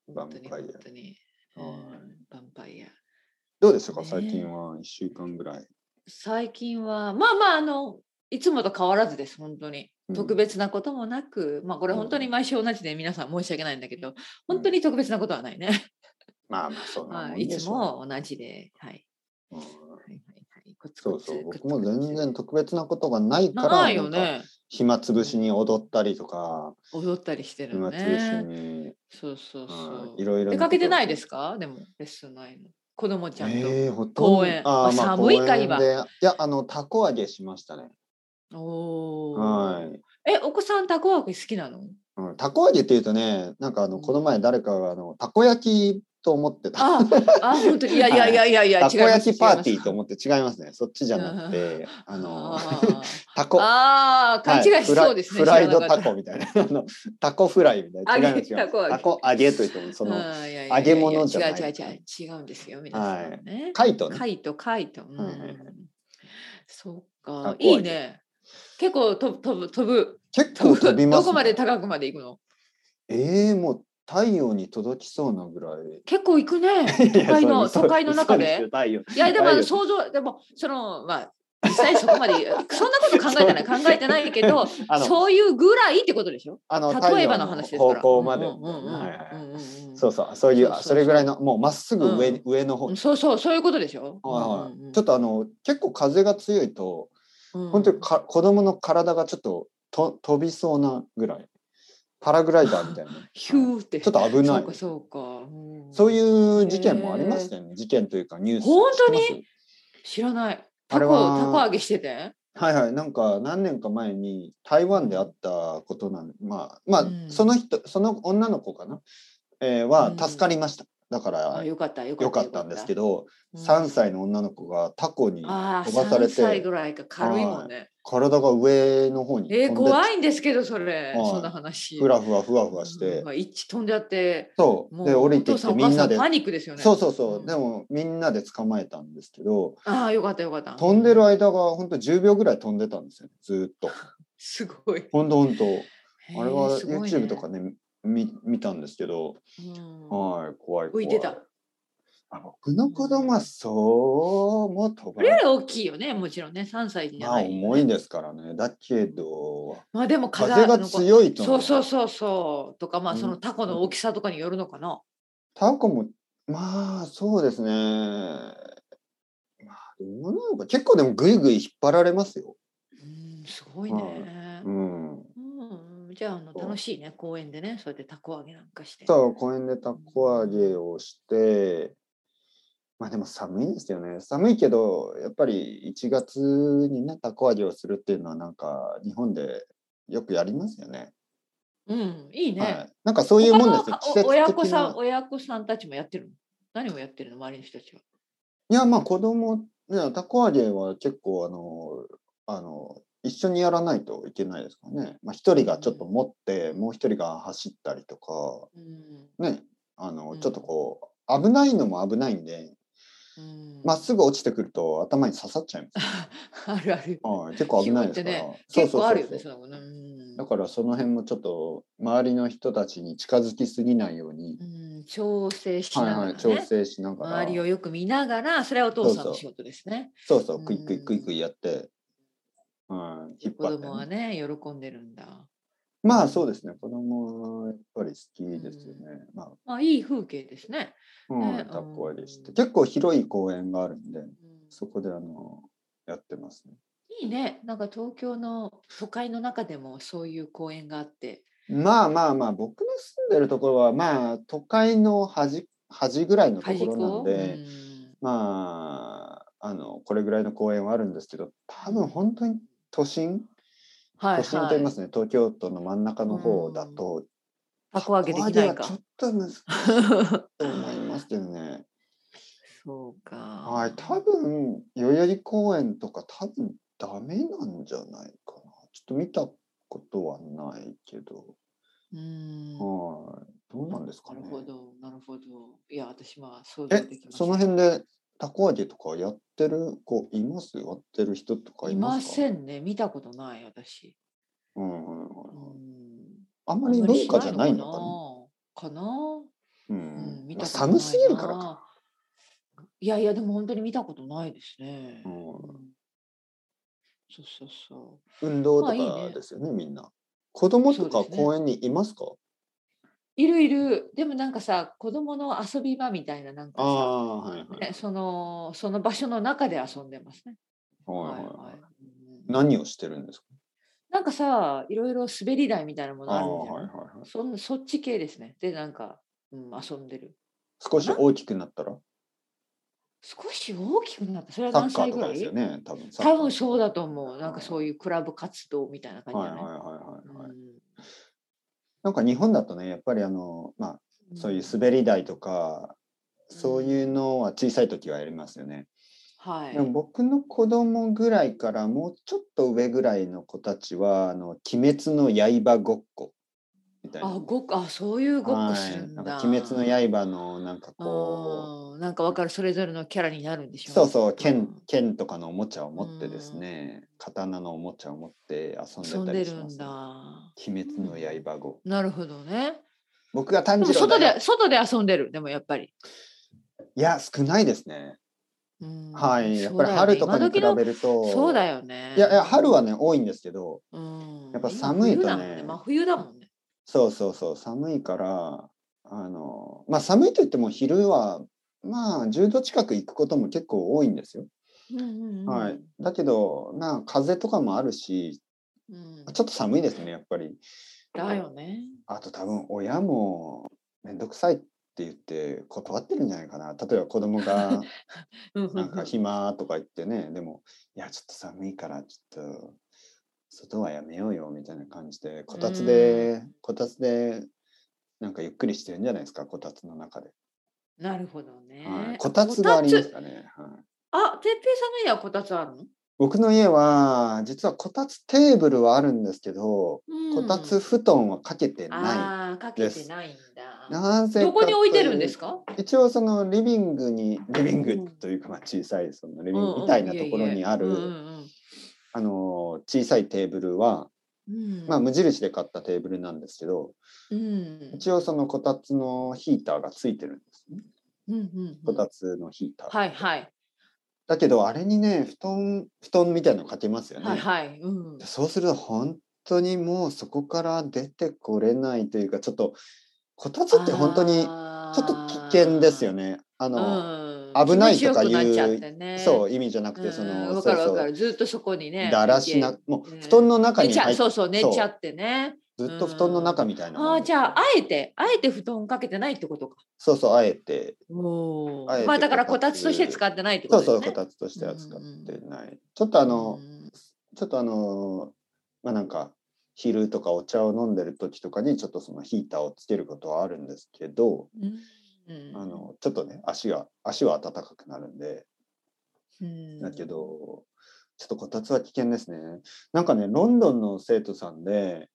ヴァンパイア。 本当に。ヴァンパイア。 どうでしたか、最近は1週間ぐらい。 最近は、まあいつもと変わらずです、本当に。特別なこともなく、これ本当に毎週同じで皆さん申し訳ないんだけど、本当に特別なことはないね。 まあそんなもんいつも同じで、はい。 そうそう、僕も全然特別なことがないから、 ないよね。 暇つぶしに踊ったりとか、 踊ったりしてるのね。 暇つぶしに、 そういろいろ出かけてないですか？でもレッスンないの。子供ちゃんと公園。寒いか今。 いや、たこ揚げしましたね。 お子さんたこ揚げ好きなの？ たこ揚げっていうとね、なんかこの前誰かがたこ焼きと思ってた。 本当にいやたこ焼きパーティーと思って違いますね。そっちじゃなくてタコ勘違いしそうですね。 フライドタコみたいなタコフライみたいな違います。たこ揚げといってもその揚げ物じゃない。 違うんですよ皆さんね。 カイトね。 カイト。そうか、いいね。結構飛ぶ。 結構飛びますね。 どこまで高くまで行くの？ もう太陽に届きそうなぐらい。 結構行くね。都会の中で。いやでも想像でも実際そこまでそんなこと考えてないけどそういうぐらいってことでしょ。例えばの話ですから。 方向まで。そういうそれぐらいのもうまっすぐ上の方。 そういうことでしょ。 ちょっと結構風が強いと本当に子供の体がちょっと飛びそうなぐらい。パラグライダーみたいな。 ヒューって。 ちょっと危ない。そういう事件もありましたよね。事件というかニュース。 本当に知らない。タコ揚げしてて。 なんか何年か前に台湾であったことなんで、その女の子かな、は助かりました。だからよかったんですけど、3歳の女の子がタコに飛ばされて、 3歳ぐらいか軽いもんね。 体が上の方に飛んで怖いんですけどそんな話。 ふわふわして一致飛んじゃって、 そうで降りてきてみんなでパニックですよね。 そうでもみんなで捕まえたんですけど、 よかった。 飛んでる間が本当10秒ぐらい飛んでたんですよ、ずっと。 すごい。 本当あれは YouTube とかね見たんですけど、怖い。 浮いてた。 僕の子供はそうも飛ばない。あれ大きいよね、もちろんね、3歳じゃない。 重いですからね。だけど、 でも風が強いと。 そうとかそのタコの大きさとかによるのかな。 タコもそうですね。どうなのか、結構でもぐいぐい引っ張られますよ。 すごいね。じゃあ楽しいね、公園でね、そうやってタコ揚げなんかして。 そう、公園でタコ揚げをして、でも寒いですよね。寒いけど、やっぱり1月にね、タコ揚げをするっていうのはなんか日本でよくやりますよね。 いいね。 なんかそういうもんですよ。 親子さんたちもやってるの？何をやってるの、周りの人たちは。 いや、子供、タコ揚げは結構一緒にやらないといけないですからね。一人がちょっと持って、もう一人が走ったりとか、ね、ちょっとこう、危ないのも危ないんで、まっすぐ落ちてくると頭に刺さっちゃいます。 あるある。 結構危ないですから。 結構あるよね。 だからその辺もちょっと周りの人たちに近づきすぎないように調整しながら、 調整しながら、 周りをよく見ながら、それはお父さんの仕事ですね。 そうクイックイやって、引っ張って、 子供はね喜んでるんだ。 そうですね。子供はやっぱり好きですよね。 いい風景ですね。 タコ揚げして結構広い公園があるんで、そこでやってますね。 いいね。なんか東京の都会の中でもそういう公園があって。 僕の住んでるところは都会の端ぐらいのところなんで、これぐらいの公園はあるんですけど、多分本当に都心と言いますね、東京都の真ん中の方だとタコ揚げできないか。 ちょっと難しいと思いますけどね。 そうか。 多分代々木公園とか多分ダメなんじゃないかな。ちょっと見たことはないけど。どうなんですかね。 なるほど。いや、私は想像できます。 その辺でタコ揚げとかやってる子います？やってる人とかいますか？ いませんね。見たことない私。 あんまり文化じゃないのかな。 かな。 見たことないな。寒すぎるからか。 いやいや、でも本当に見たことないですね。そう。 運動とかですよね、みんな。子供とか公園にいますか？ いる。でもなんかさ、子供の遊び場みたいな、なんかさ、その場所の中で遊んでますね。 何をしてるんですか？ なんかさ、いろいろ滑り台みたいなものあるじゃない。そっち系ですね。で、なんか、遊んでる。 少し大きくなったら？ 少し大きくなった。それは何歳ぐらい？ サッカーとかですよね、 多分そうだと思う。なんかそういうクラブ活動みたいな感じじゃない？ なんか日本だとね、やっぱりそういう滑り台とか、そういうのは小さい時はやりますよね。でも僕の子供ぐらいからもうちょっと上ぐらいの子たちは鬼滅の刃ごっこみたいな。 そういうごっこするんだ。 なんか鬼滅の刃のなんかこうなんかわかる、それぞれのキャラになるんでしょ。そう剣とかのおもちゃを持ってですね、刀のおもちゃを持って遊んでたりします、ね。鬼滅の刃ごっこ。 なるほどね。 僕が炭治郎だよ。外で遊んでる。でもやっぱり。 いや少ないですね。はい、やっぱり春とかに比べると、 そうだよね。 いや春はね多いんですけど、やっぱ寒いとね、 真冬だもんね。 そう寒いから寒いといっても昼は10度近く行くことも結構多いんですよ。はい。だけど風とかもあるし、ちょっと寒いですねやっぱり。 だよね。 あと多分親もめんどくさいって言って断ってるんじゃないかな。例えば子供がなんか暇とか言ってね、でもいやちょっと寒いからちょっと外はやめようよみたいな感じでこたつでなんかゆっくりしてるんじゃないですか、こたつの中で。 なるほどね。 こたつがありますかね。てっぺいさんの家はこたつあるの？ 僕の家は実はこたつテーブルはあるんですけど、こたつ布団はかけてないです。 かけてないんだ。 なぜかどこに置いてるんですか？ 一応そのリビングというか小さいそのリビングみたいなところにある小さいテーブルは、無印で買ったテーブルなんですけど、一応そのこたつのヒーターがついてるんですね。こたつのヒーター。だけどあれにね布団みたいなのかけますよね。そうすると本当にもうそこから出てこれないというか、ちょっとこたつって本当にちょっと危険ですよね。危ないとかいうそう意味じゃなくて、 わかるずっとそこにねだらしなもう布団の中に入って寝ちゃってね。 ずっと布団の中みたいなもん。 じゃああえて布団かけてないってことか。 あえて。 だからこたつとして使ってないってことですね。 こたつとしては使ってない。ちょっとなんか昼とかお茶を飲んでる時とかにちょっとそのヒーターをつけることはあるんですけど、ちょっとね足は暖かくなるんで。だけどちょっとこたつは危険ですね。なんかねロンドンの生徒さんで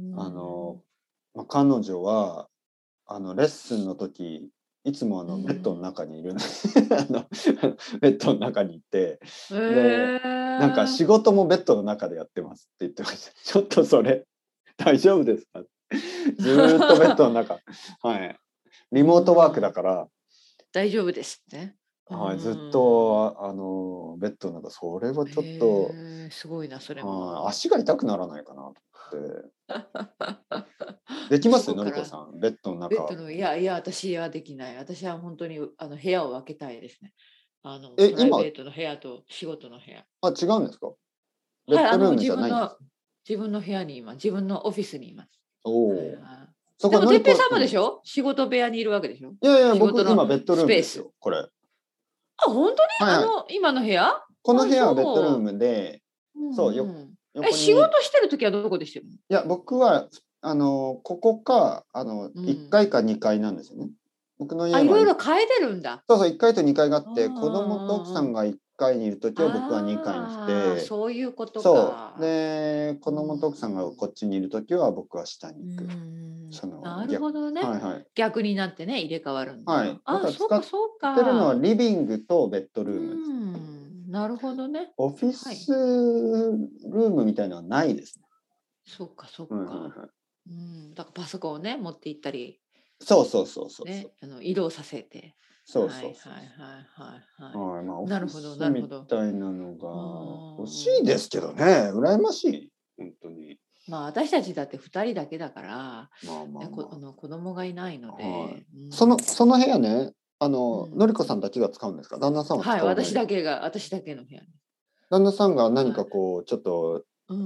彼女はレッスンの時いつもベッドの中にいるベッドの中にいて、でなんか仕事もベッドの中でやってますって言ってました。ちょっとそれ大丈夫ですか？ずーっとベッドの中はいリモートワークだから大丈夫ですってずっとベッドの中、それはちょっとすごいなそれも。 足が痛くならないかなと思ってできますのりこさんベッドの中。 いや私はできない。私は本当に部屋を分けたいですね。プライベートの部屋と仕事の部屋。 違うんですか？ベッドルームじゃないんですか？ 自分の部屋に自分のオフィスにいます。 でもてっぺいさんもでしょ？仕事部屋にいるわけでしょ？ いや僕今ベッドルームですよこれ。 本当に？今の部屋？ この部屋はベッドルームで、 仕事してる時はどこでしてるの？ いや僕はここか1階か2階なんですよね。僕の家はいろいろ変えてるんだ。 そう1階と2階があって、子供と奥さんが1階にいる時は僕は2階にして、 そういうことか。 で子供と奥さんがこっちにいる時は僕は下に行く。 なるほどね。逆になってね入れ替わるんだ。そうか。 使ってるのはリビングとベッドルームです。 なるほどね。 オフィスルームみたいなのはないですね。 そうか。だからパソコンをね持って行ったり。 そうそうそうそう、 ね、移動させて。 そうそうそう。 はいはいはいはい。 まあ、 なるほどなるほど。 みたいなのが欲しいですけどね、羨ましい、本当に。 まあ私たちだって2人だけだから、 まあまあまあ、 子供がいないので、 はい、その部屋ね、のりこさんだけが使うんですか？旦那さんは使わない？ はい、私だけの部屋。 旦那さんが何かこうちょっと、 うん、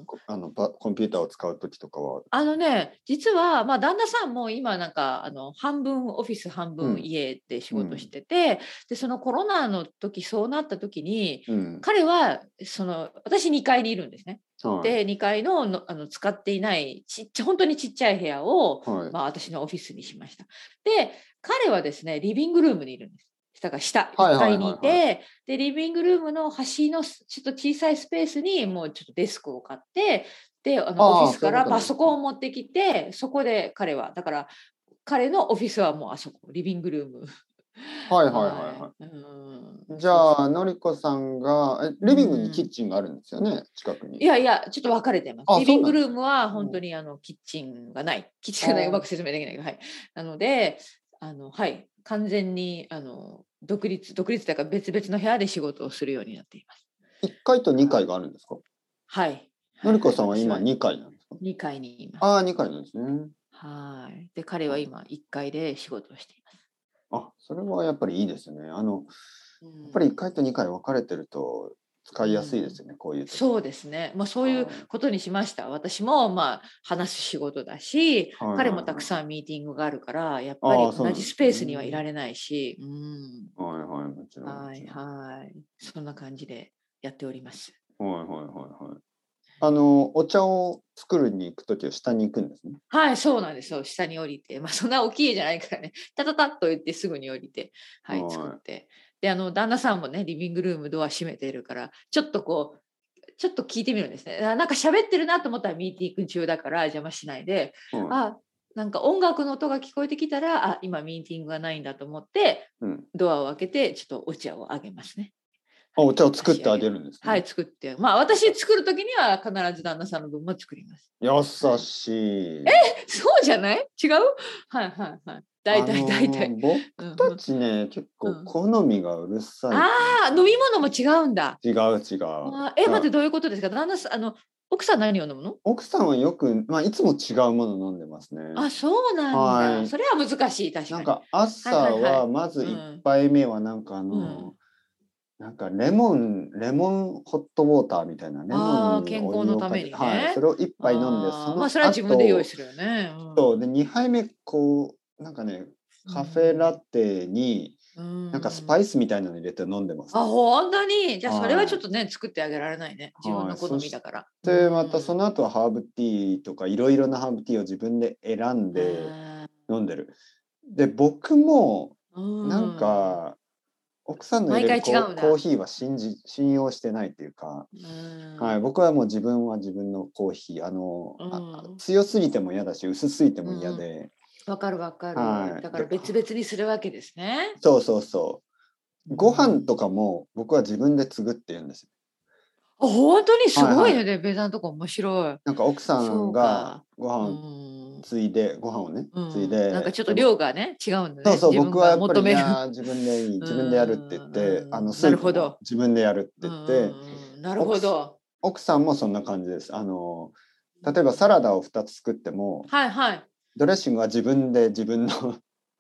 コンピューターを使う時とかは？ 実は、まあ、旦那さんも今なんか半分オフィス半分家で仕事してて、でそのコロナの時そうなった時に、彼は私2階にいるんですね。で2階の使っていない本当にちっちゃい部屋を、まあ、私のオフィスにしました。で彼はですねリビングルームにいるんです。だから下1階にいて、でリビングルームの端のちょっと小さいスペースにもうちょっとデスクを買って、でオフィスからパソコンを持ってきて、そこで彼はだから彼のオフィスはもうあそこリビングルーム。 はいはいはいはい。じゃあのりこさんがリビングにキッチンがあるんですよね、近くに。 いやいやちょっと分かれてます。リビングルームは本当にキッチンがない、うまく説明できないけど、はい。なのではい、完全に独立というか別々の部屋で仕事をするようになっています。 1階と2階があるんですか？ はい。 のりこさんは今2階なんですか ？2階にいます。 ああ、2階なんですね。 はい。で、彼は今1階で仕事をしています。 あ、それはやっぱりいいですね。やっぱり1階と2階分かれてると使いやすいですよね、こういう時。 そうですね。まあそういうことにしました。私もまあ話す仕事だし、彼もたくさんミーティングがあるから、やっぱり同じスペースにはいられないし、 はいはい、もちろん。 はいはい。そんな感じでやっております。 はいはいはいはい。お茶を作るに行くときは下に行くんですね。 はい、そうなんですよ。下に降りて、まあそんな大きい家じゃないからね、タタタッと言ってすぐに降りて、はい、作って。で、旦那さんもね、リビングルームドア閉めてるから、ちょっと聞いてみるんですね。なんか喋ってるなと思ったらミーティング中だから邪魔しないで、なんか音楽の音が聞こえてきたら、今ミーティングがないんだと思って、ドアを開けて、ちょっとお茶をあげますね。 お茶を作ってあげるんですね。 はい、作って。まあ私作るときには必ず旦那さんの分も作ります。 優しい。 そうじゃない？違う？はいはいはい。大体。 僕たちね、結構好みがうるさい。 ああ、飲み物も違うんだ。 違う。 待ってどういうことですか？旦那さん奥さん何を飲むの？ 奥さんはよく、まあいつも違うもの飲んでますね。 あ、そうなんだ。それは難しい、確かに。 なんか朝はまず1杯目はなんかなんかレモンホットウォーターみたいな、レモンに健康のためにね。 はい、それを1杯飲んで、 まあそれは自分で用意するよね。 そうで2杯目こうなんかね、カフェラテになんかスパイスみたいなの入れて飲んでます。 あ、本当に？じゃあそれはちょっとね、作ってあげられないね。自分の好みだから。 でまたその後はハーブティーとかいろいろなハーブティーを自分で選んで飲んでる。で僕もなんか奥さんの入れるコーヒーは信用してないっていうか、はい、僕はもう自分は自分のコーヒー強すぎても嫌だし薄すぎても嫌で。 わかる。だから別々にするわけですね。 そう。ご飯とかも僕は自分で継ぐって言うんですよ。 本当にすごいね、ベザんとこ面白い。 なんか奥さんがご飯ついでご飯をねついで、 なんかちょっと量がね違うんだね。そう僕はやっぱり自分でいい、自分でやるって言って、スープも自分でやるって言って、 なるほど。 奥さんもそんな感じです。例えばサラダを2つ作っても、ドレッシングは自分で自分の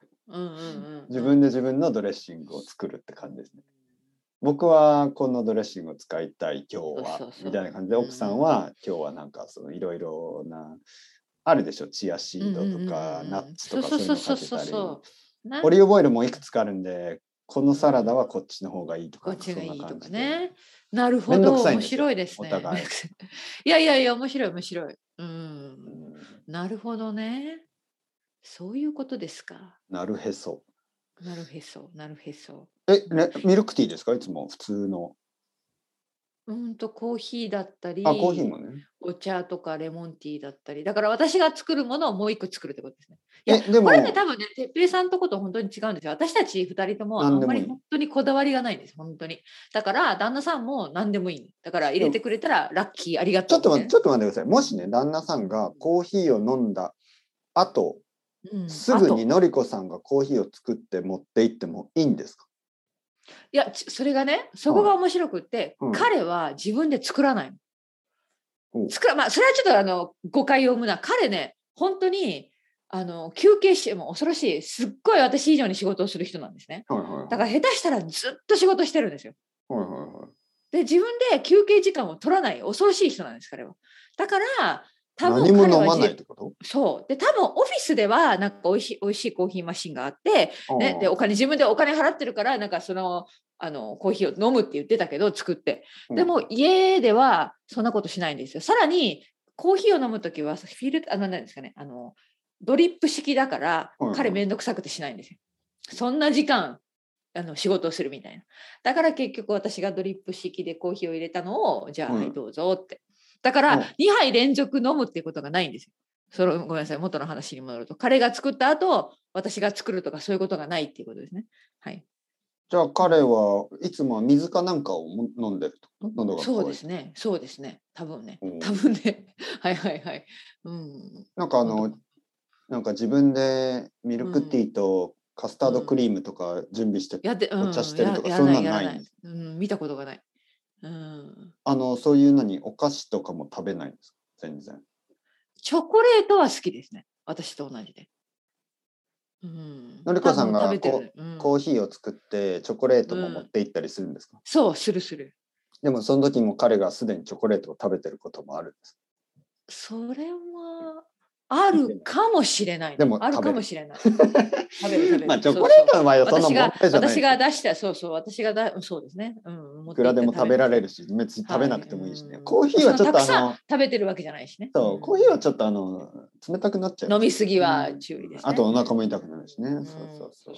ドレッシングを作るって感じですね。僕はこのドレッシングを使いたい今日はみたいな感じで、奥さんは今日はなんかいろいろなあるでしょ、チアシードとかナッツとかそういうのかけたり、オリーブオイルもいくつかあるんで、このサラダはこっちの方がいいとか、そんな感じで。 なるほど、面白いですね。 お互い。 いや面白い。なるほどね。そういうことですか。 なるへそ。ミルクティーですか？いつも普通の。 コーヒーだったり、 コーヒーもね。 お茶とかレモンティーだったり、だから私が作るものをもう一個作るってことですね。いや、でもこれね、多分ね、哲平さんとこと本当に違うんですよ。私たち2人ともあんまり本当にこだわりがないんです、本当に。だから旦那さんも何でもいい。だから入れてくれたらラッキー、ありがとう。 ちょっと待ってください。もしね、旦那さんがコーヒーを飲んだ後、 すぐにのりこさんがコーヒーを作って持って行ってもいいんですか？ いや、それがね、そこが面白くって、彼は自分で作らないの。まあ、それはちょっと誤解を生むな。彼ね、本当に休憩しても恐ろしい、すっごい私以上に仕事をする人なんですね。だから下手したらずっと仕事してるんですよ。で、自分で休憩時間を取らない恐ろしい人なんです、彼は。だから多分何も飲まないってこと？ そうで、多分オフィスではなんかおいしいコーヒーマシンがあって、ね、で自分でお金払ってるからなんかコーヒーを飲むって言ってたけど作って、でも家ではそんなことしないんですよ。さらにコーヒーを飲むときはフィルターなんですかね、ドリップ式だから、彼めんどくさくてしないんですよ。そんな時間仕事をするみたいな。だから結局私がドリップ式でコーヒーを入れたのをじゃあ、はいどうぞって。だから2杯連続飲むっていうことがないんですよ。ごめんなさい、元の話に戻ると、彼が作った後私が作るとかそういうことがないっていうことですね。はい。 じゃあ彼はいつも水かなんかを飲んでると？喉が渇いて。 そうですね、そうですね、多分ね、はいはいはい。 なんか自分でミルクティーとカスタードクリームとか準備してお茶してるとか、そんなのないんです？ 見たことがない。 そういうお菓子とかも食べないんですか？全然。 チョコレートは好きですね、私と同じで。 のりこさんがコーヒーを作ってチョコレートも持って行ったりするんですか？ そう、する。 でもその時も彼がすでにチョコレートを食べてることもあるんです？ それはあるかもしれない。 でもあるかもしれない。食べる。 まあチョコレートの場合はそんな問題じゃない。 私が出した、そうですね。 いくらでも食べられるし、別に食べなくてもいいしね。コーヒーはちょっと食べてるわけじゃないしね。 そう、コーヒーはちょっと冷たくなっちゃう。 飲みすぎは注意ですね。 あとお腹も痛くなるしね。そう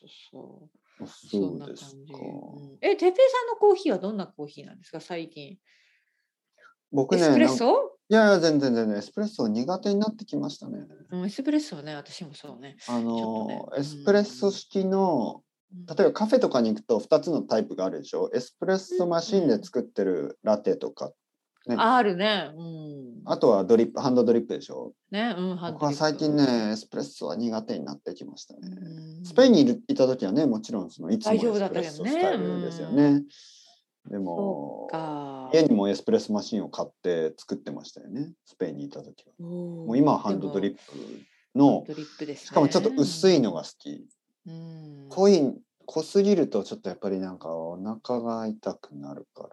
ですか。 てっぺいさんのコーヒーはどんなコーヒーなんですか、最近？ 僕ね、 エスプレッソ？ いや全然エスプレッソ苦手になってきましたね。 エスプレッソはね、私もそうね。 エスプレッソ式の、例えばカフェとかに行くと2つのタイプがあるでしょ。エスプレッソマシンで作ってるラテとか、 ね、あるね。 あとはハンドドリップでしょ。 ね、 僕は最近ね、エスプレッソは苦手になってきましたね。スペインにいた時はね、もちろんいつもエスプレッソスタイルですよね。でも家にもエスプレッソマシンを買って作ってましたよね、スペインにいた時は。もう今はハンドドリップの、しかもちょっと薄いのが好き。濃すぎるとちょっとやっぱりなんかお腹が痛くなるから、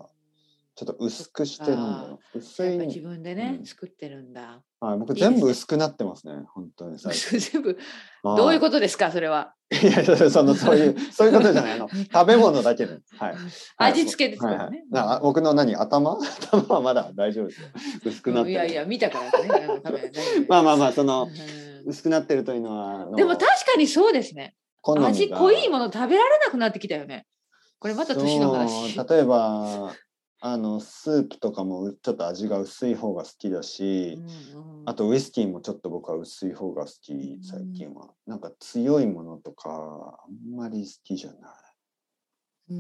ちょっと薄くして飲むの。薄い。 自分でね、作ってるんだ。 はい、僕全部薄くなってますね、本当に最近。 全部どういうことですか、それは？ いやそういうことじゃないの。食べ物だけで。はい。 味付けですからね。 僕の頭はまだ大丈夫ですよ。薄くなってる。 いや見たからね。 まあ薄くなってるというのは。 でも確かにそうですね。味濃いもの食べられなくなってきたよね。これまた年の話。 例えばスープとかもちょっと味が薄い方が好きだし、あとウイスキーもちょっと僕は薄い方が好き、最近は。なんか強いものとかあんまり好きじゃない。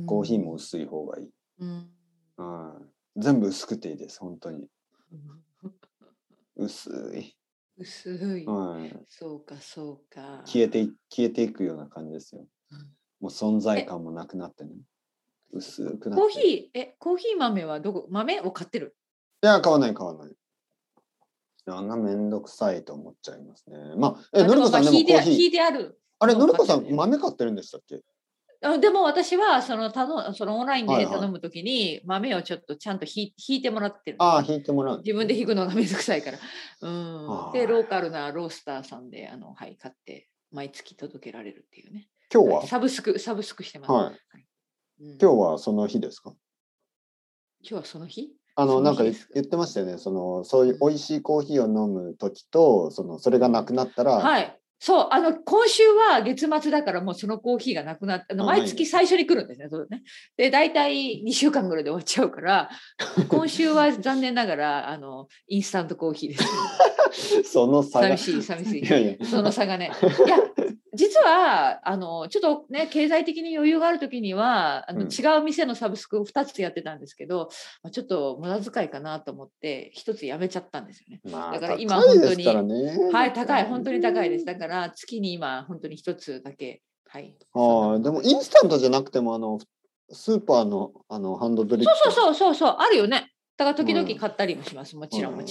コーヒーも薄い方がいい。全部薄くていいです、本当に。薄い。 そうか。 消えていくような感じですよ。もう存在感もなくなってね。薄くなって。 コーヒー豆は豆を買ってる？ いや、買わない。あんなめんどくさいと思っちゃいますね。のりこさんでもコーヒー。 引いてある。 あれ、のりこさん豆買ってるんでしたっけ？ でも私はそのオンラインで頼むときに豆をちょっとちゃんと引いてもらってる。 引いてもらう。 自分で引くのがめんどくさいから。で、ローカルなロースターさんで買って毎月届けられるっていうね。 今日はサブスクしてます。 今日はその日ですか？ 今日はその日？ なんか言ってましたよね。そういう美味しいコーヒーを飲む時と、それがなくなったら。 はい。そう、今週は月末だからもうそのコーヒーがなくなって、毎月最初に来るんですね。で、大体2週間ぐらいで終わっちゃうから、今週は残念ながら、インスタントコーヒーです。 その差が。 寂しい。その差がね。いや、 実はちょっとね経済的に余裕がある時には違う店のサブスクを2つやってたんですけど、ちょっと無駄遣いかなと思って1つやめちゃったんですよね。だから今本当に、はい、高い、本当に高いです。だから月に今本当に1つだけ、はい。 でもインスタントじゃなくてもスーパーのハンドドリップ。 そうあるよね。だから時々買ったりもします。もちろん。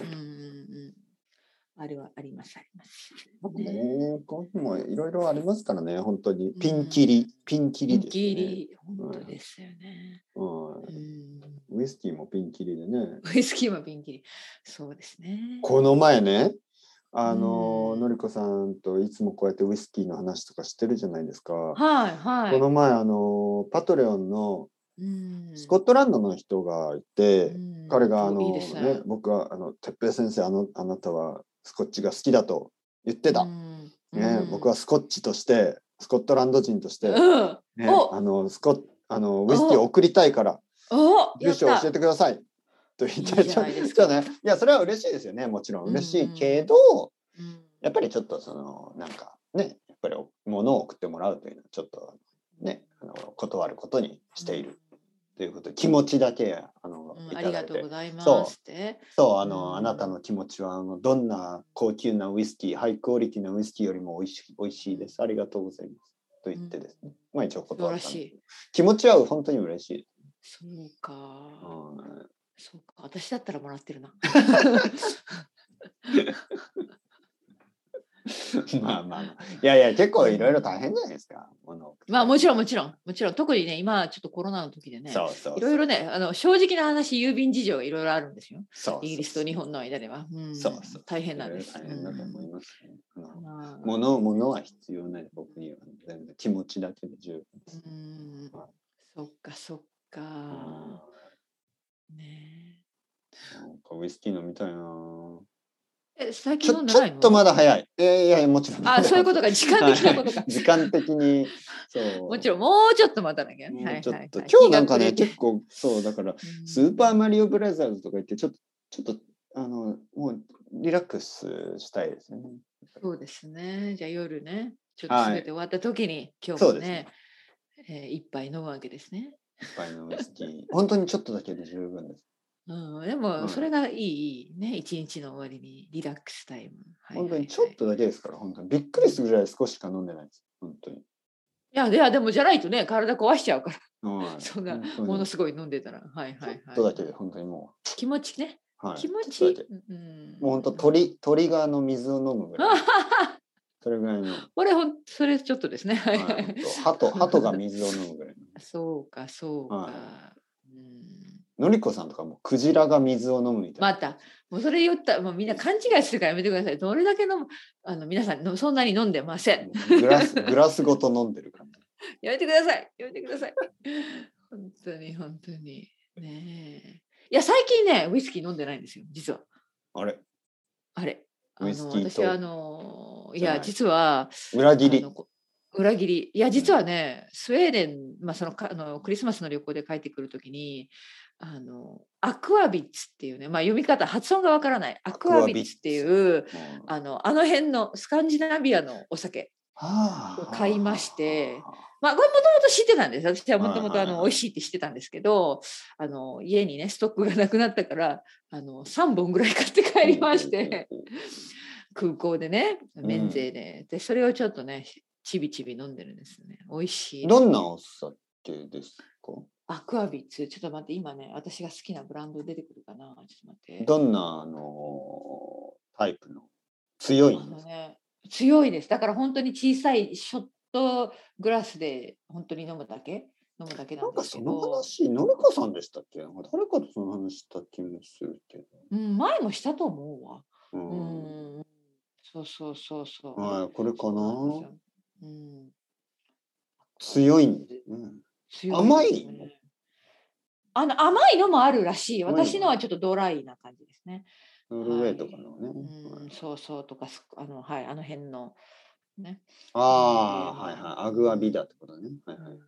あれはあります。 こういうのもいろいろありますからね、本当に。ピンキリですね。 本当ですよね。 ウイスキーもピンキリでね。 ウイスキーもピンキリ。そうですね。 この前ね、のりこさんといつもこうやってウイスキーの話とかしてるじゃないですか。 はいはい。 この前パトレオンのスコットランドの人がいて、彼が僕は哲平先生あなたはスコッチが好きだと言ってた。僕はスコッチとしてスコットランド人として、ウイスキーを送りたいから住所を教えてくださいと言ってじゃあね、いやそれは嬉しいですよね、もちろん嬉しいけど、やっぱりちょっとなんかね、やっぱり物を送ってもらうというのはちょっとね断ることにしている。ということで気持ちだけありがとうございますって。 そうあなたの気持ちはどんな高級なウイスキー、ハイクオリティなウイスキーよりもおいしいです。ありがとうございますと言ってですね。まあ一応断った。気持ちは本当に嬉しい。 そうか。そうか。私だったらもらってるな。 まあいや結構いろいろ大変じゃないですか。 まあもちろん特にね今ちょっとコロナの時でね、いろいろね正直な話郵便事情がいろいろあるんですよ。イギリスと日本の間では。大変なんです。 大変だと思いますね。物は必要ない、僕には全然気持ちだけで十分です。 そっか。ね。 なんかウイスキー飲みたいな。 最近飲んでないの？ ちょっとまだ早い。いやもちろん。 そういうことか、時間的なことか。 時間的にもちろんもうちょっと待たなきゃね。 ちょっと今日なんかね結構だからスーパーマリオブラザーズとか言ってちょっともうリラックスしたいですよね。 そうですね。じゃあ夜ねちょっと全て終わった時に今日もね一杯飲むわけですね。 一杯のウイスキー本当にちょっとだけで十分です。 でもそれがいいね、一日の終わりにリラックスタイム。 本当にちょっとだけですから、本当にびっくりするぐらい少しか飲んでないです。本当に。いやでもじゃないとね、体壊しちゃうから。そんなものすごい飲んでたら。ちょっとだけで本当にもう。 気持ちね。気持ち。 もう本当鳥が水を飲むぐらい。それぐらいの。 それちょっとですね。 鳩が水を飲むぐらい。 そうか。 のりこさんとかもクジラが水を飲むみたいな。 またもうそれ言ったらもうみんな勘違いするからやめてください。どれだけ飲む皆さんそんなに飲んでません。 グラスごと飲んでる感じ。 やめてください。本当にね。いや最近ねウイスキー飲んでないんですよ実は。 あれウイスキーと私いや実は裏切り。 いや実はねスウェーデン、クリスマスの旅行で帰ってくるときにアクアビッツっていうね、読み方発音がわからないアクアビッツっていうあの辺のスカンジナビアのお酒を買いまして、これもともと知ってたんです。私はもともと美味しいって知ってたんですけど家にねストックがなくなったから3本ぐらい買って帰りまして空港でね免税でそれをちょっとねちびちび飲んでるんですね。美味しい。 どんなお酒ですか？ アクアビッツ、ちょっと待って、今ね、私が好きなブランド出てくるかな。ちょっと待って。 どんなタイプの強いんですか？ 強いです。だから本当に小さいショットグラスで本当に飲むだけなんですけど。 なんかその話、のりこさんでしたっけ？誰かとその話した気もするけど。 前もしたと思うわ。そう。 はい、これかな。強いんで、甘い甘いのもあるらしい。私のはちょっとドライな感じですね。 ノルウェーとかのね。 そうとかあの辺のね。 アグアビダってことね。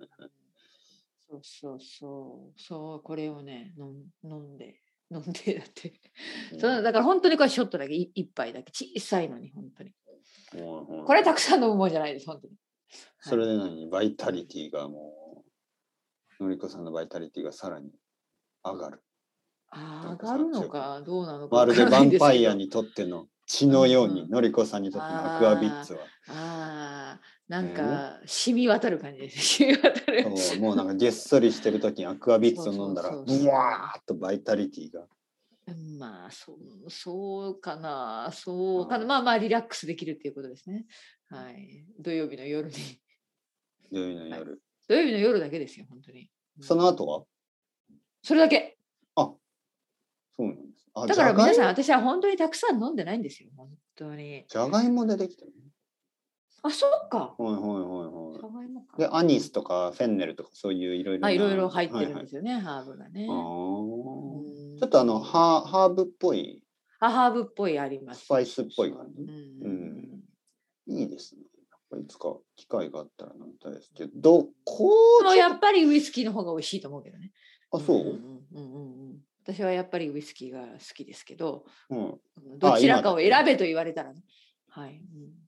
そうこれをね飲んでだってだから本当にこれショットだけ一杯だけ小さいのに本当に。 これたくさん飲むもんじゃないです、本当に。 それでバイタリティがもう、のりこさんのバイタリティがさらに上がる。 上がるのか、どうなのか。 まるでヴァンパイアにとっての血のように、のりこさんにとってのアクアビッツは。 なんか、染み渡る感じです。染み渡る。 もうなんかげっそりしてる時にアクアビッツを飲んだら、ブワーッとバイタリティが。 まあ、そうかな。そうかな。まあ、リラックスできるっていうことですね。はい。土曜日の夜に。 土曜日の夜。 土曜日の夜だけですよ、本当に。 その後はそれだけ。 そうなんです。 だから皆さん、私は本当にたくさん飲んでないんですよ。本当に。 じゃがいもでできてる。 そっか。 はい。 じゃがいもか。 で、アニスとかフェンネルとかそういういろいろ。 いろいろ入ってるんですよね、ハーブがね。ちょっとハーブっぽい。 ハーブっぽいあります。 スパイスっぽい感じ。いいですね。いつか機会があったら飲みたいですけど、 やっぱりウイスキーの方が美味しいと思うけどね。 そう。 私はやっぱりウイスキーが好きですけど、どちらかを選べと言われたらね。はい。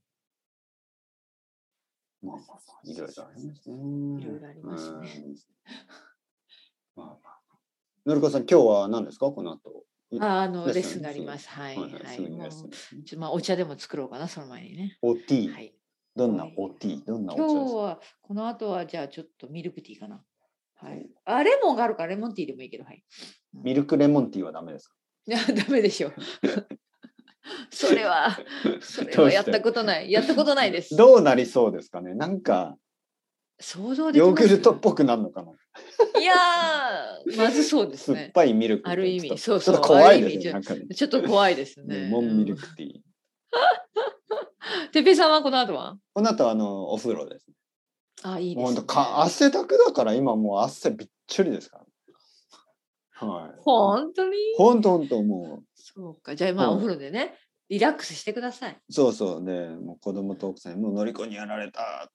まあ、いろいろありますね。 いろいろありますね。 のりこさん、今日は何ですか、この後。 レッスンがあります。はい。お茶でも作ろうかな、その前にね。 おティー。はい。どんなおティー、どんなお茶ですか？ 今日は、この後はじゃあちょっとミルクティーかな。はい。レモンがあるからレモンティーでもいいけど、はい。 ミルクレモンティーはダメですか？ いや、ダメでしょ。それはやったことない。やったことないです。 どうなりそうですかね。なんか想像できます。 ヨーグルトっぽくなるのかな。 いやー、まずそうですね。 酸っぱいミルク。 ある意味、ちょっと怖いですね。 ちょっと怖いですね。 レモンミルクティー。 てっぺいさんはこの後は？ この後はお風呂です。 いいですね。 汗だくだから今もう汗びっちょりですから。はい。 本当に？ 本当もう。 そうか。じゃあお風呂でね、リラックスしてください。 そうで、もう子供と奥さんにもうのりこにやられた。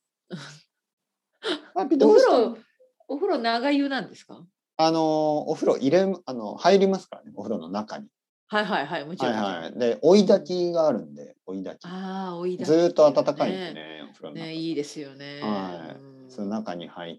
お風呂長湯なんですか？ お風呂入りますからね、お風呂の中に。 はい、もちろん。 で、追い炊きがあるんで、追い炊き。 追い炊き。 ずっと暖かいんですね、お風呂の中。 いいですよね。 はい。その中に入って、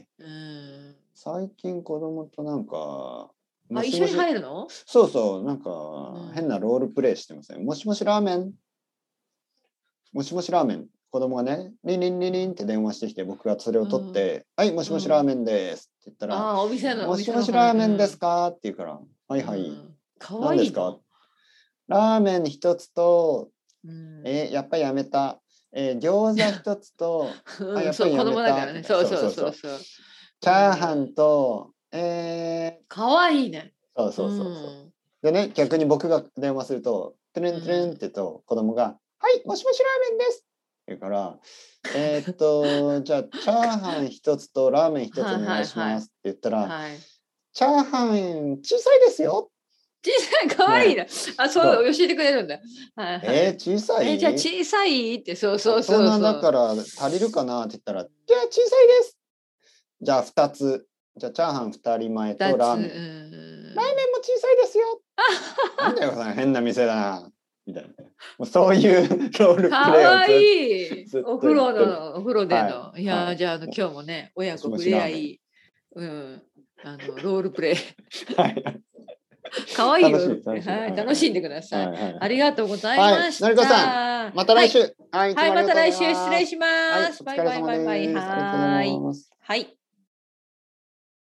最近子供となんか、 一緒に入るの？ そう、なんか変なロールプレイしてますね。もしもしラーメン。もしもしラーメン。子供がね、リンリンリンリンって電話してきて、僕がそれを取って、はい、もしもしラーメンですって言ったら、 お店のもしもしラーメンですかって言うから、はい。 かわいい。何ですか？ ラーメン一つと、やっぱりやめた。餃子一つと、 やっぱりやめた。子供だからね。そう。チャーハンと、 かわいいね。 そう。でね、逆に僕が電話すると、トゥルントゥルンって言うと、子供が、はい、もしもしラーメンですって言うから、じゃあ、チャーハン一つとラーメン一つお願いしますって言ったら、チャーハン小さいですよ。 小さい、かわいいな。そう教えてくれるんだ。 小さい？ じゃあ小さいって、そう。 大人だから足りるかなって言ったら、じゃあ小さいです。じゃあ2つ。じゃあチャーハン2人前とラーメン。ラーメンも小さいですよ。なんだよ、変な店だな。みたいな。もうそういうロールプレイを。かわいい。お風呂での。いや、じゃあ今日もね、親子触れ合い、ロールプレイ。かわいいよ。楽しんでください。ありがとうございました。 のりこさん、また来週。 はい、また来週失礼します。バイバイ。はい。